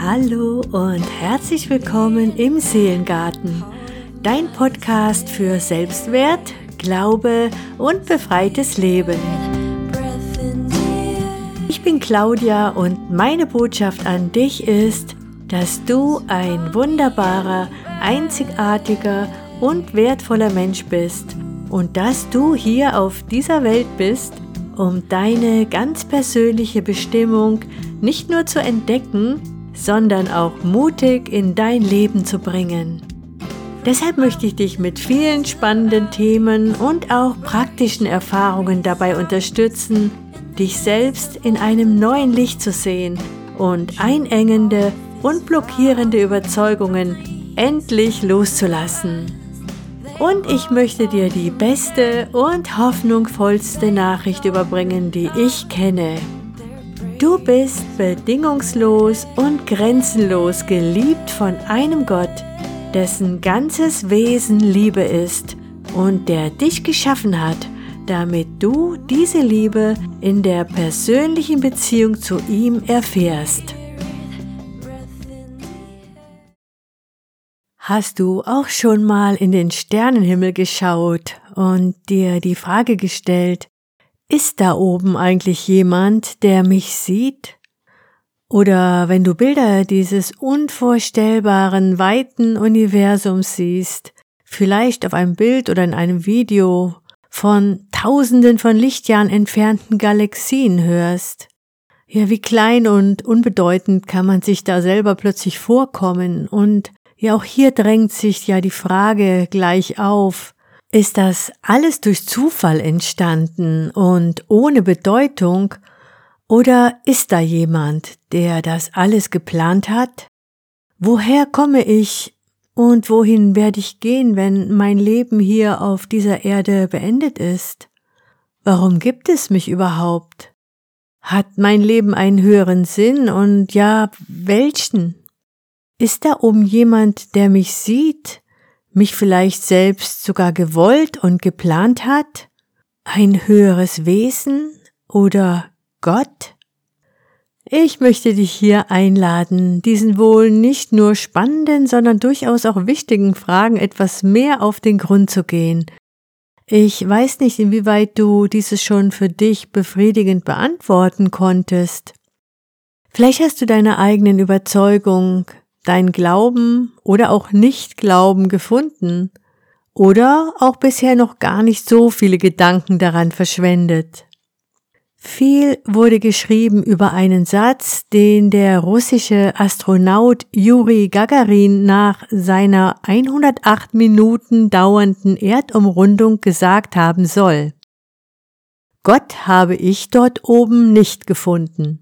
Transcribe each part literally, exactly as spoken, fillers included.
Hallo und herzlich willkommen im Seelengarten, dein Podcast für Selbstwert, Glaube und befreites Leben. Ich bin Claudia und meine Botschaft an dich ist, dass du ein wunderbarer, einzigartiger und wertvoller Mensch bist und dass du hier auf dieser Welt bist, um deine ganz persönliche Bestimmung nicht nur zu entdecken, sondern auch mutig in dein Leben zu bringen. Deshalb möchte ich dich mit vielen spannenden Themen und auch praktischen Erfahrungen dabei unterstützen, dich selbst in einem neuen Licht zu sehen und einengende und blockierende Überzeugungen endlich loszulassen. Und ich möchte dir die beste und hoffnungsvollste Nachricht überbringen, die ich kenne. Du bist bedingungslos und grenzenlos geliebt von einem Gott, dessen ganzes Wesen Liebe ist und der dich geschaffen hat, damit du diese Liebe in der persönlichen Beziehung zu ihm erfährst. Hast du auch schon mal in den Sternenhimmel geschaut und dir die Frage gestellt, ist da oben eigentlich jemand, der mich sieht? Oder wenn du Bilder dieses unvorstellbaren, weiten Universums siehst, vielleicht auf einem Bild oder in einem Video von Tausenden von Lichtjahren entfernten Galaxien hörst. Ja, wie klein und unbedeutend kann man sich da selber plötzlich vorkommen und ja, auch hier drängt sich ja die Frage gleich auf, ist das alles durch Zufall entstanden und ohne Bedeutung, oder ist da jemand, der das alles geplant hat? Woher komme ich und wohin werde ich gehen, wenn mein Leben hier auf dieser Erde beendet ist? Warum gibt es mich überhaupt? Hat mein Leben einen höheren Sinn und ja, welchen? Ist da oben jemand, der mich sieht, mich vielleicht selbst sogar gewollt und geplant hat? Ein höheres Wesen oder Gott? Ich möchte dich hier einladen, diesen wohl nicht nur spannenden, sondern durchaus auch wichtigen Fragen etwas mehr auf den Grund zu gehen. Ich weiß nicht, inwieweit du dieses schon für dich befriedigend beantworten konntest. Vielleicht hast du deine eigenen Überzeugungen, dein Glauben oder auch Nicht-Glauben gefunden oder auch bisher noch gar nicht so viele Gedanken daran verschwendet. Viel wurde geschrieben über einen Satz, den der russische Astronaut Juri Gagarin nach seiner hundertacht Minuten dauernden Erdumrundung gesagt haben soll. Gott habe ich dort oben nicht gefunden.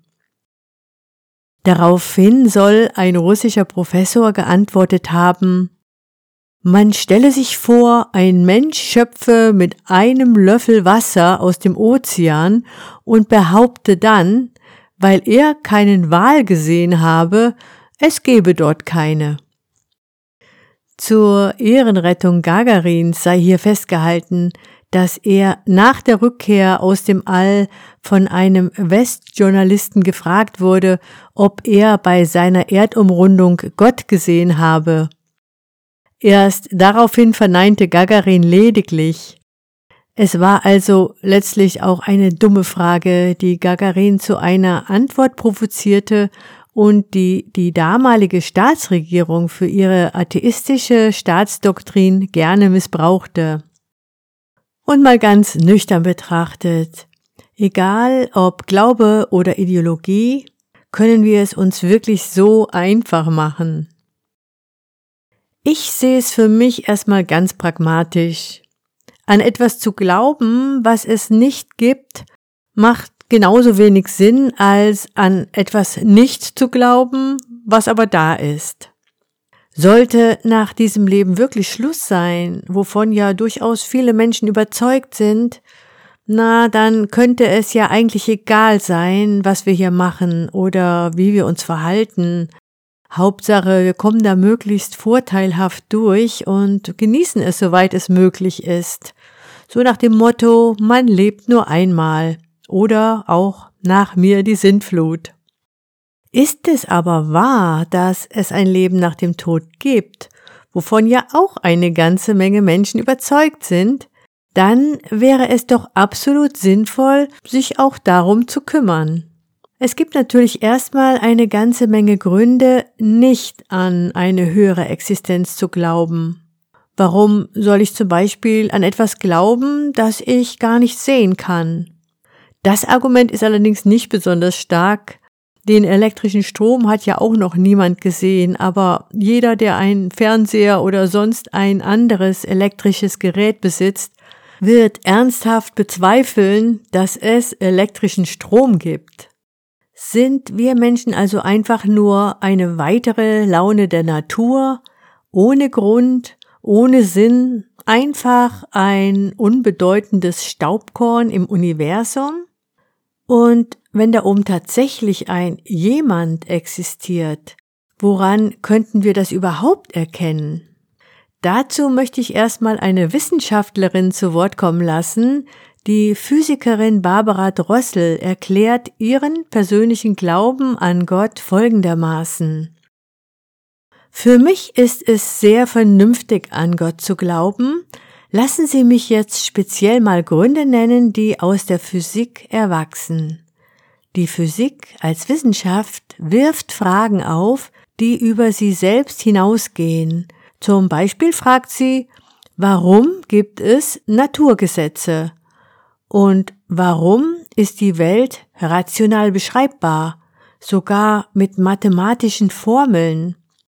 Daraufhin soll ein russischer Professor geantwortet haben, man stelle sich vor, ein Mensch schöpfe mit einem Löffel Wasser aus dem Ozean und behaupte dann, weil er keinen Wal gesehen habe, es gebe dort keine. Zur Ehrenrettung Gagarins sei hier festgehalten, dass er nach der Rückkehr aus dem All von einem Westjournalisten gefragt wurde, ob er bei seiner Erdumrundung Gott gesehen habe. Erst daraufhin verneinte Gagarin lediglich. Es war also letztlich auch eine dumme Frage, die Gagarin zu einer Antwort provozierte und die die damalige Staatsregierung für ihre atheistische Staatsdoktrin gerne missbrauchte. Und mal ganz nüchtern betrachtet, egal ob Glaube oder Ideologie, können wir es uns wirklich so einfach machen. Ich sehe es für mich erstmal ganz pragmatisch. An etwas zu glauben, was es nicht gibt, macht genauso wenig Sinn, als an etwas nicht zu glauben, was aber da ist. Sollte nach diesem Leben wirklich Schluss sein, wovon ja durchaus viele Menschen überzeugt sind, na, dann könnte es ja eigentlich egal sein, was wir hier machen oder wie wir uns verhalten. Hauptsache, wir kommen da möglichst vorteilhaft durch und genießen es, soweit es möglich ist. So nach dem Motto, man lebt nur einmal oder auch nach mir die Sintflut. Ist es aber wahr, dass es ein Leben nach dem Tod gibt, wovon ja auch eine ganze Menge Menschen überzeugt sind, dann wäre es doch absolut sinnvoll, sich auch darum zu kümmern. Es gibt natürlich erstmal eine ganze Menge Gründe, nicht an eine höhere Existenz zu glauben. Warum soll ich zum Beispiel an etwas glauben, das ich gar nicht sehen kann? Das Argument ist allerdings nicht besonders stark. Den elektrischen Strom hat ja auch noch niemand gesehen, aber jeder, der einen Fernseher oder sonst ein anderes elektrisches Gerät besitzt, wird ernsthaft bezweifeln, dass es elektrischen Strom gibt. Sind wir Menschen also einfach nur eine weitere Laune der Natur, ohne Grund, ohne Sinn, einfach ein unbedeutendes Staubkorn im Universum? Und wenn da oben tatsächlich ein Jemand existiert, woran könnten wir das überhaupt erkennen? Dazu möchte ich erstmal eine Wissenschaftlerin zu Wort kommen lassen. Die Physikerin Barbara Drossel erklärt ihren persönlichen Glauben an Gott folgendermaßen. Für mich ist es sehr vernünftig, an Gott zu glauben. Lassen Sie mich jetzt speziell mal Gründe nennen, die aus der Physik erwachsen. Die Physik als Wissenschaft wirft Fragen auf, die über sie selbst hinausgehen. Zum Beispiel fragt sie, warum gibt es Naturgesetze? Und warum ist die Welt rational beschreibbar, sogar mit mathematischen Formeln?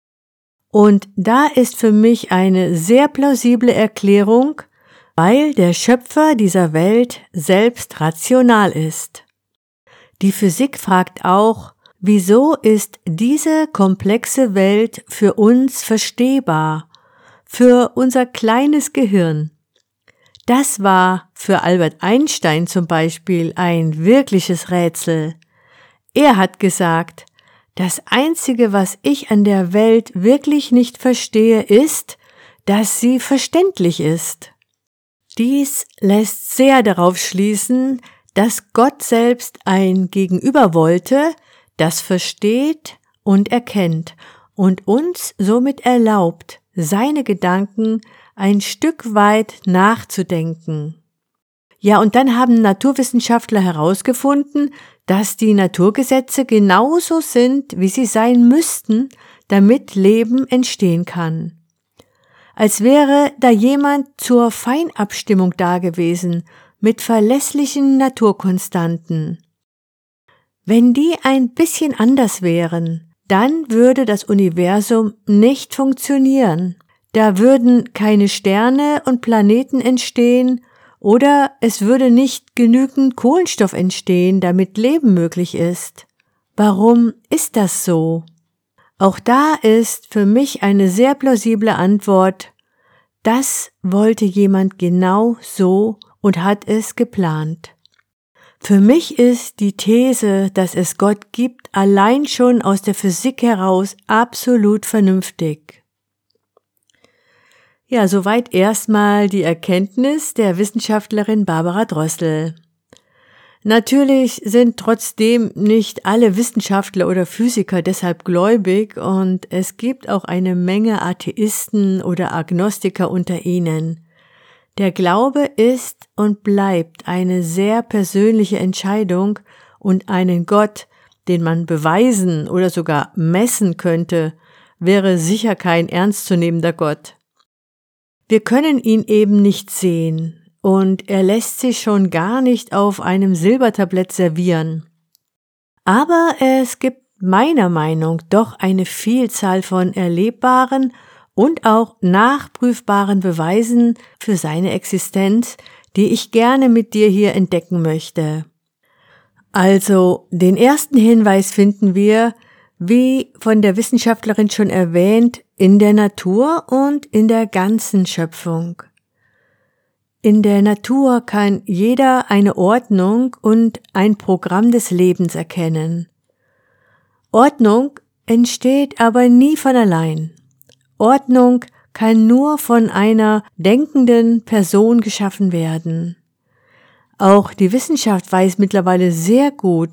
Und da ist für mich eine sehr plausible Erklärung, weil der Schöpfer dieser Welt selbst rational ist. Die Physik fragt auch, wieso ist diese komplexe Welt für uns verstehbar, für unser kleines Gehirn? Das war für Albert Einstein zum Beispiel ein wirkliches Rätsel. Er hat gesagt, das Einzige, was ich an der Welt wirklich nicht verstehe, ist, dass sie verständlich ist. Dies lässt sehr darauf schließen, dass Gott selbst ein Gegenüber wollte, das versteht und erkennt und uns somit erlaubt, seine Gedanken ein Stück weit nachzudenken. Ja, und dann haben Naturwissenschaftler herausgefunden, dass die Naturgesetze genauso sind, wie sie sein müssten, damit Leben entstehen kann. Als wäre da jemand zur Feinabstimmung dagewesen, mit verlässlichen Naturkonstanten. Wenn die ein bisschen anders wären, dann würde das Universum nicht funktionieren. Da würden keine Sterne und Planeten entstehen, oder es würde nicht genügend Kohlenstoff entstehen, damit Leben möglich ist. Warum ist das so? Auch da ist für mich eine sehr plausible Antwort. Das wollte jemand genau so und hat es geplant. Für mich ist die These, dass es Gott gibt, allein schon aus der Physik heraus absolut vernünftig. Ja, soweit erstmal die Erkenntnis der Wissenschaftlerin Barbara Drossel. Natürlich sind trotzdem nicht alle Wissenschaftler oder Physiker deshalb gläubig und es gibt auch eine Menge Atheisten oder Agnostiker unter ihnen. Der Glaube ist und bleibt eine sehr persönliche Entscheidung und einen Gott, den man beweisen oder sogar messen könnte, wäre sicher kein ernstzunehmender Gott. Wir können ihn eben nicht sehen und er lässt sich schon gar nicht auf einem Silbertablett servieren. Aber es gibt meiner Meinung nach doch eine Vielzahl von erlebbaren und auch nachprüfbaren Beweisen für seine Existenz, die ich gerne mit dir hier entdecken möchte. Also, den ersten Hinweis finden wir, wie von der Wissenschaftlerin schon erwähnt, in der Natur und in der ganzen Schöpfung. In der Natur kann jeder eine Ordnung und ein Programm des Lebens erkennen. Ordnung entsteht aber nie von allein. Ordnung kann nur von einer denkenden Person geschaffen werden. Auch die Wissenschaft weiß mittlerweile sehr gut,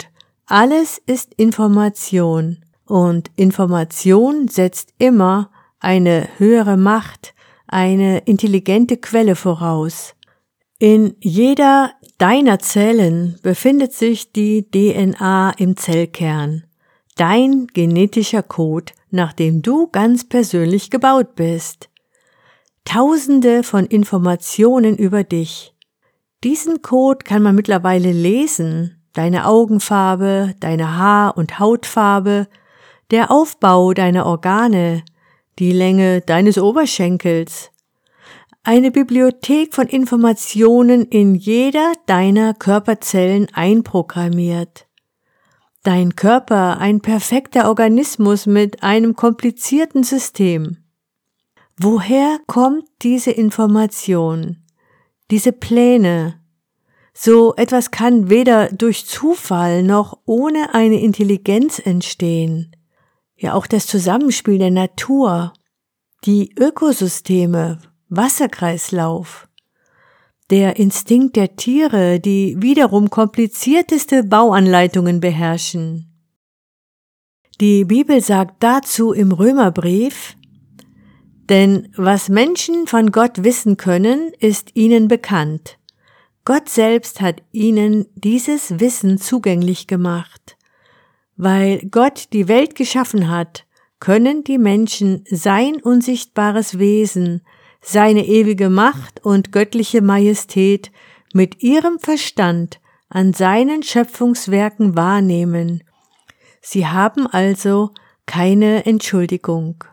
Alles ist Information und Information setzt immer eine höhere Macht, eine intelligente Quelle voraus. In jeder deiner Zellen befindet sich die D N A im Zellkern, dein genetischer Code, nach dem du ganz persönlich gebaut bist. Tausende von Informationen über dich. Diesen Code kann man mittlerweile lesen, deine Augenfarbe, deine Haar- und Hautfarbe, der Aufbau deiner Organe, die Länge deines Oberschenkels. Eine Bibliothek von Informationen in jeder deiner Körperzellen einprogrammiert. Dein Körper ein perfekter Organismus mit einem komplizierten System. Woher kommt diese Information, diese Pläne? So etwas kann weder durch Zufall noch ohne eine Intelligenz entstehen. Ja, auch das Zusammenspiel der Natur, die Ökosysteme, Wasserkreislauf, der Instinkt der Tiere, die wiederum komplizierteste Bauanleitungen beherrschen. Die Bibel sagt dazu im Römerbrief: Denn was Menschen von Gott wissen können, ist ihnen bekannt. Gott selbst hat ihnen dieses Wissen zugänglich gemacht. Weil Gott die Welt geschaffen hat, können die Menschen sein unsichtbares Wesen, seine ewige Macht und göttliche Majestät mit ihrem Verstand an seinen Schöpfungswerken wahrnehmen. Sie haben also keine Entschuldigung.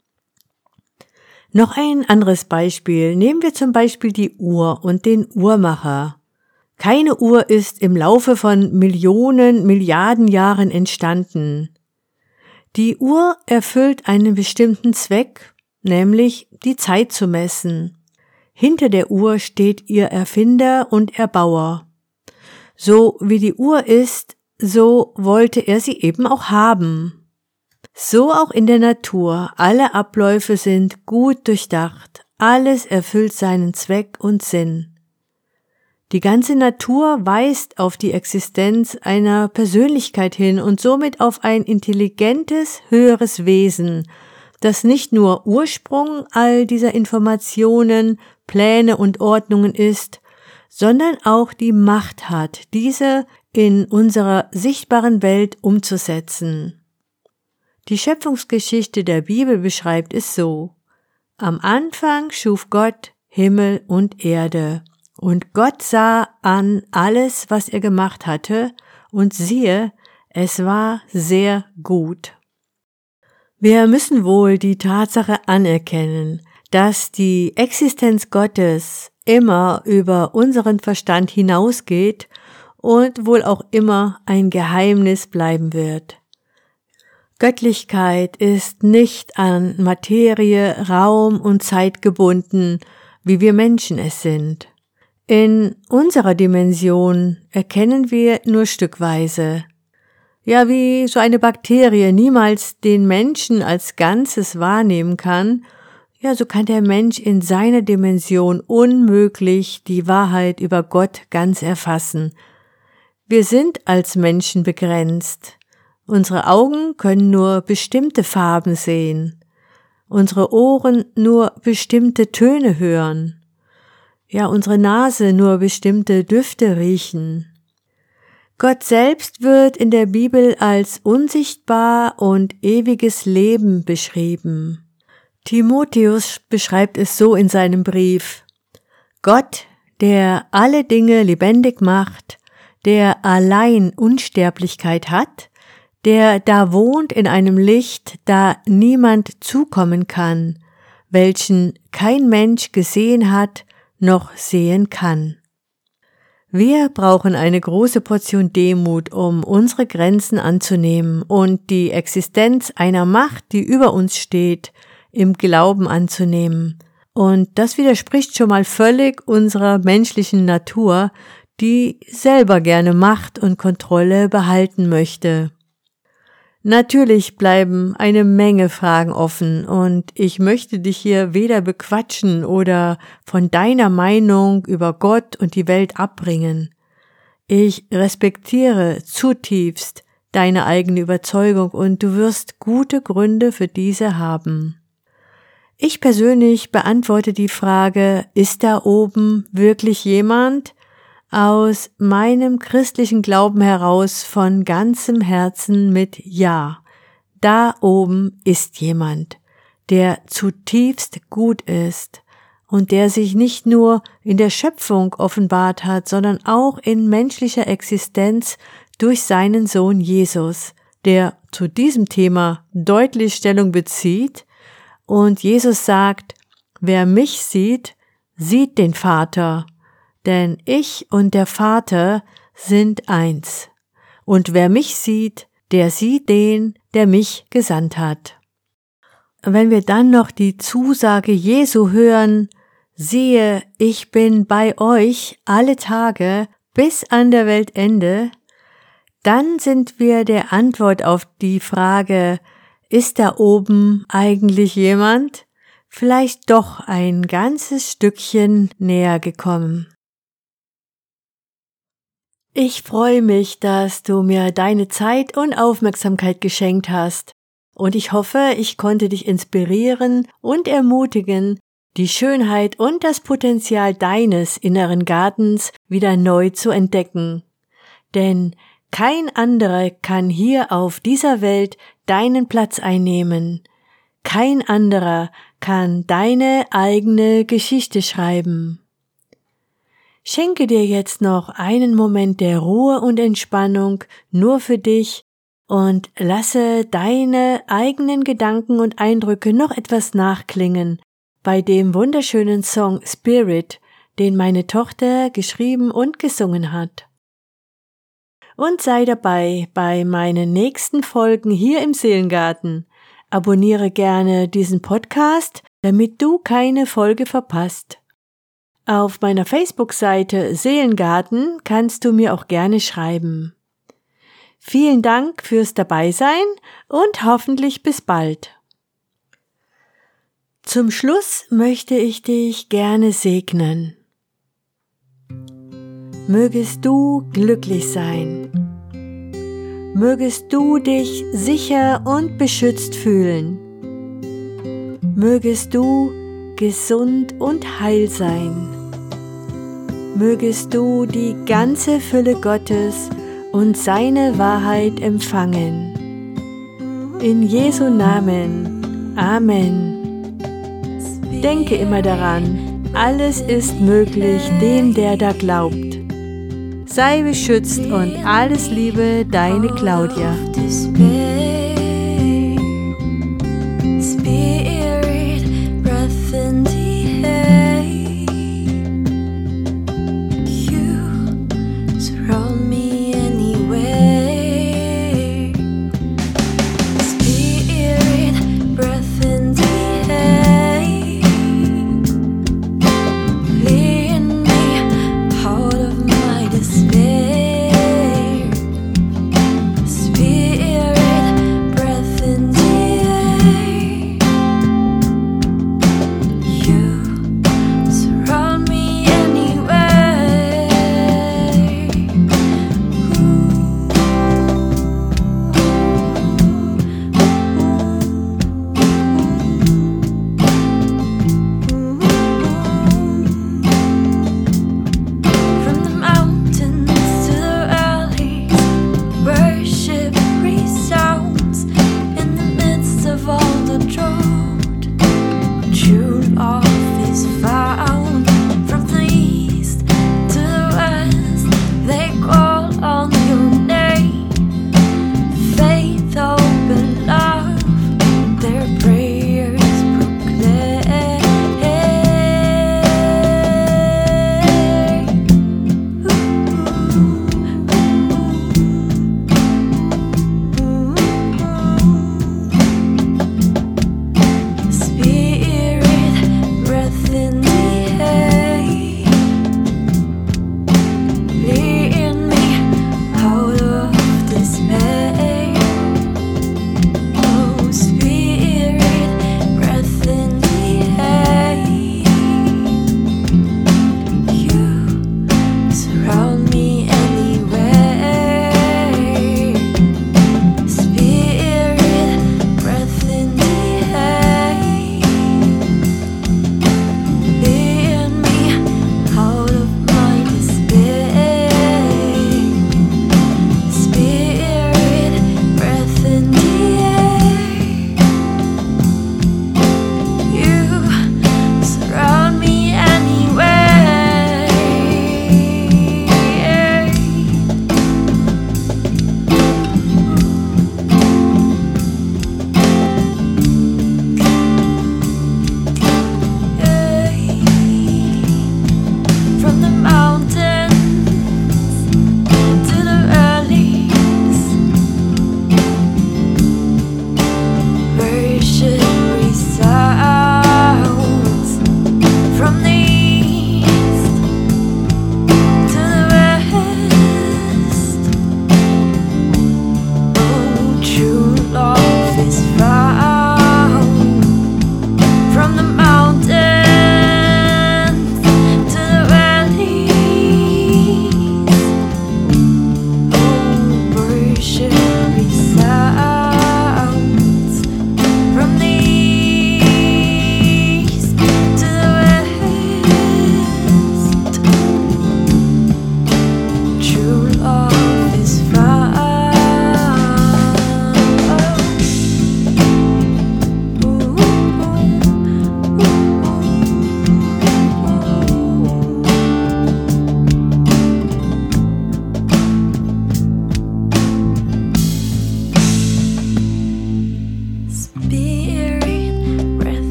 Noch ein anderes Beispiel. Nehmen wir zum Beispiel die Uhr und den Uhrmacher. Keine Uhr ist im Laufe von Millionen, Milliarden Jahren entstanden. Die Uhr erfüllt einen bestimmten Zweck, nämlich die Zeit zu messen. Hinter der Uhr steht ihr Erfinder und Erbauer. So wie die Uhr ist, so wollte er sie eben auch haben. So auch in der Natur, alle Abläufe sind gut durchdacht, alles erfüllt seinen Zweck und Sinn. Die ganze Natur weist auf die Existenz einer Persönlichkeit hin und somit auf ein intelligentes, höheres Wesen, das nicht nur Ursprung all dieser Informationen, Pläne und Ordnungen ist, sondern auch die Macht hat, diese in unserer sichtbaren Welt umzusetzen. Die Schöpfungsgeschichte der Bibel beschreibt es so: Am Anfang schuf Gott Himmel und Erde, und Gott sah an alles, was er gemacht hatte, und siehe, es war sehr gut. Wir müssen wohl die Tatsache anerkennen, dass die Existenz Gottes immer über unseren Verstand hinausgeht und wohl auch immer ein Geheimnis bleiben wird. Göttlichkeit ist nicht an Materie, Raum und Zeit gebunden, wie wir Menschen es sind. In unserer Dimension erkennen wir nur stückweise. Ja, wie so eine Bakterie niemals den Menschen als Ganzes wahrnehmen kann, ja, so kann der Mensch in seiner Dimension unmöglich die Wahrheit über Gott ganz erfassen. Wir sind als Menschen begrenzt. Unsere Augen können nur bestimmte Farben sehen, unsere Ohren nur bestimmte Töne hören, ja, unsere Nase nur bestimmte Düfte riechen. Gott selbst wird in der Bibel als unsichtbar und ewiges Leben beschrieben. Timotheus beschreibt es so in seinem Brief: Gott, der alle Dinge lebendig macht, der allein Unsterblichkeit hat, der da wohnt in einem Licht, da niemand zukommen kann, welchen kein Mensch gesehen hat, noch sehen kann. Wir brauchen eine große Portion Demut, um unsere Grenzen anzunehmen und die Existenz einer Macht, die über uns steht, im Glauben anzunehmen. Und das widerspricht schon mal völlig unserer menschlichen Natur, die selber gerne Macht und Kontrolle behalten möchte. Natürlich bleiben eine Menge Fragen offen und ich möchte dich hier weder bequatschen oder von deiner Meinung über Gott und die Welt abbringen. Ich respektiere zutiefst deine eigene Überzeugung und du wirst gute Gründe für diese haben. Ich persönlich beantworte die Frage, ist da oben wirklich jemand? Aus meinem christlichen Glauben heraus von ganzem Herzen mit Ja. Da oben ist jemand, der zutiefst gut ist und der sich nicht nur in der Schöpfung offenbart hat, sondern auch in menschlicher Existenz durch seinen Sohn Jesus, der zu diesem Thema deutlich Stellung bezieht. Und Jesus sagt, wer mich sieht, sieht den Vater, denn ich und der Vater sind eins. Und wer mich sieht, der sieht den, der mich gesandt hat. Wenn wir dann noch die Zusage Jesu hören, siehe, ich bin bei euch alle Tage bis an der Weltende, dann sind wir der Antwort auf die Frage, ist da oben eigentlich jemand? Vielleicht doch ein ganzes Stückchen näher gekommen. Ich freue mich, dass du mir deine Zeit und Aufmerksamkeit geschenkt hast. Und ich hoffe, ich konnte dich inspirieren und ermutigen, die Schönheit und das Potenzial deines inneren Gartens wieder neu zu entdecken. Denn kein anderer kann hier auf dieser Welt deinen Platz einnehmen. Kein anderer kann deine eigene Geschichte schreiben. Schenke dir jetzt noch einen Moment der Ruhe und Entspannung nur für dich und lasse deine eigenen Gedanken und Eindrücke noch etwas nachklingen bei dem wunderschönen Song Spirit, den meine Tochter geschrieben und gesungen hat. Und sei dabei bei meinen nächsten Folgen hier im Seelengarten. Abonniere gerne diesen Podcast, damit du keine Folge verpasst. Auf meiner Facebook-Seite Seelengarten kannst du mir auch gerne schreiben. Vielen Dank fürs Dabeisein und hoffentlich bis bald. Zum Schluss möchte ich dich gerne segnen. Mögest du glücklich sein. Mögest du dich sicher und beschützt fühlen. Mögest du gesund und heil sein. Mögest du die ganze Fülle Gottes und seine Wahrheit empfangen. In Jesu Namen. Amen. Denke immer daran, alles ist möglich dem, der da glaubt. Sei beschützt und alles Liebe, deine Claudia. Surround